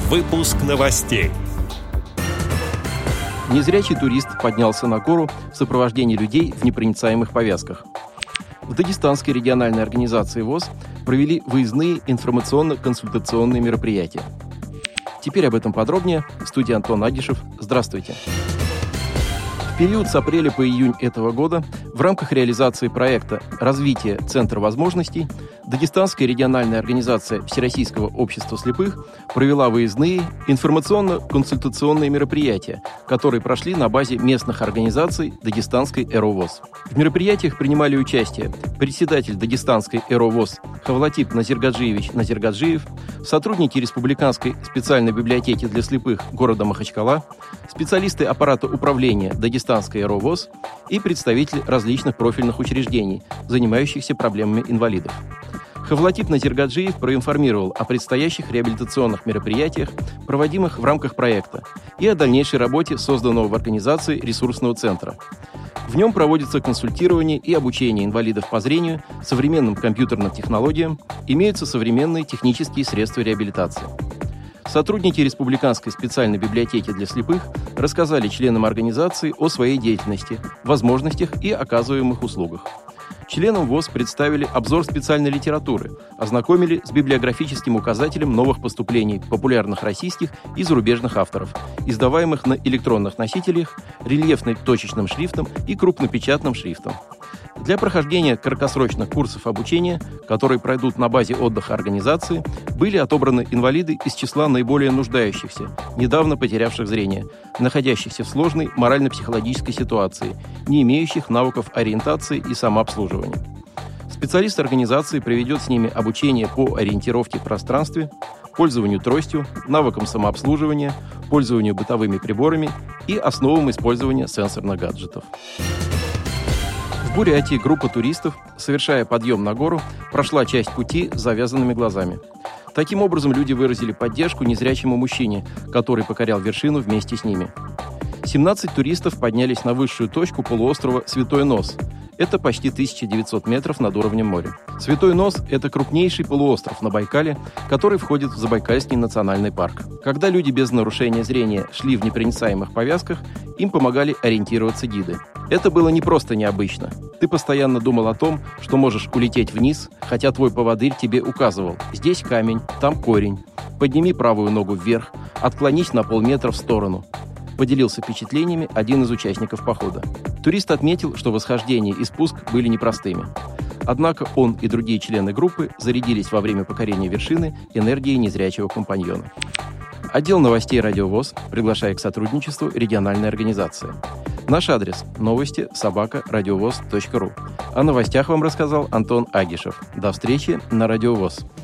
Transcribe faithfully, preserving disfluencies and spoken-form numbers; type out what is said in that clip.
Выпуск новостей. Незрячий турист поднялся на гору в сопровождении людей в непроницаемых повязках. В Дагестанской региональной организации ВОС провели выездные информационно-консультационные мероприятия. Теперь об этом подробнее. В студии Антон Агишев. Здравствуйте. В период с апреля по июнь этого года в рамках реализации проекта «Развитие Центра возможностей» Дагестанская региональная организация Всероссийского общества слепых провела выездные информационно-консультационные мероприятия, которые прошли на базе местных организаций Дагестанской эр о ВОС. В мероприятиях принимали участие председатель Дагестанской эр о ВОС Хавлатип Назиргаджиевич Назиргаджиев, сотрудники Республиканской специальной библиотеки для слепых города Махачкала, специалисты аппарата управления Дагестанской эр о ВОС и представители различных профильных учреждений, занимающихся проблемами инвалидов. Хавлатип Назиргаджиев проинформировал о предстоящих реабилитационных мероприятиях, проводимых в рамках проекта, и о дальнейшей работе созданного в организации ресурсного центра. В нем проводится консультирование и обучение инвалидов по зрению современным компьютерным технологиям, имеются современные технические средства реабилитации. Сотрудники Республиканской специальной библиотеки для слепых рассказали членам организации о своей деятельности, возможностях и оказываемых услугах. Членам ВОС представили обзор специальной литературы, ознакомили с библиографическим указателем новых поступлений популярных российских и зарубежных авторов, издаваемых на электронных носителях, рельефно-точечным шрифтом и крупнопечатным шрифтом. Для прохождения краткосрочных курсов обучения, которые пройдут на базе отдыха организации, были отобраны инвалиды из числа наиболее нуждающихся, недавно потерявших зрение, находящихся в сложной морально-психологической ситуации, не имеющих навыков ориентации и самообслуживания. Специалист организации проведет с ними обучение по ориентировке в пространстве, пользованию тростью, навыкам самообслуживания, пользованию бытовыми приборами и основам использования сенсорных гаджетов. В Бурятии группа туристов, совершая подъем на гору, прошла часть пути с завязанными глазами. Таким образом, люди выразили поддержку незрячему мужчине, который покорял вершину вместе с ними. семнадцать туристов поднялись на высшую точку полуострова Святой Нос. Это почти тысяча девятьсот метров над уровнем моря. Святой Нос – это крупнейший полуостров на Байкале, который входит в Забайкальский национальный парк. Когда люди без нарушения зрения шли в непроницаемых повязках, им помогали ориентироваться гиды. Это было не просто необычно. Ты постоянно думал о том, что можешь улететь вниз, хотя твой поводырь тебе указывал: здесь камень, там корень, подними правую ногу вверх, отклонись на полметра в сторону. Поделился впечатлениями один из участников похода. Турист отметил, что восхождение и спуск были непростыми. Однако он и другие члены группы зарядились во время покорения вершины энергией незрячего компаньона. Отдел новостей Радио ВОС приглашает к сотрудничеству региональной организации. Наш адрес – новости собака радиовоз точка ру. О новостях вам рассказал Антон Агишев. До встречи на Радио ВОС.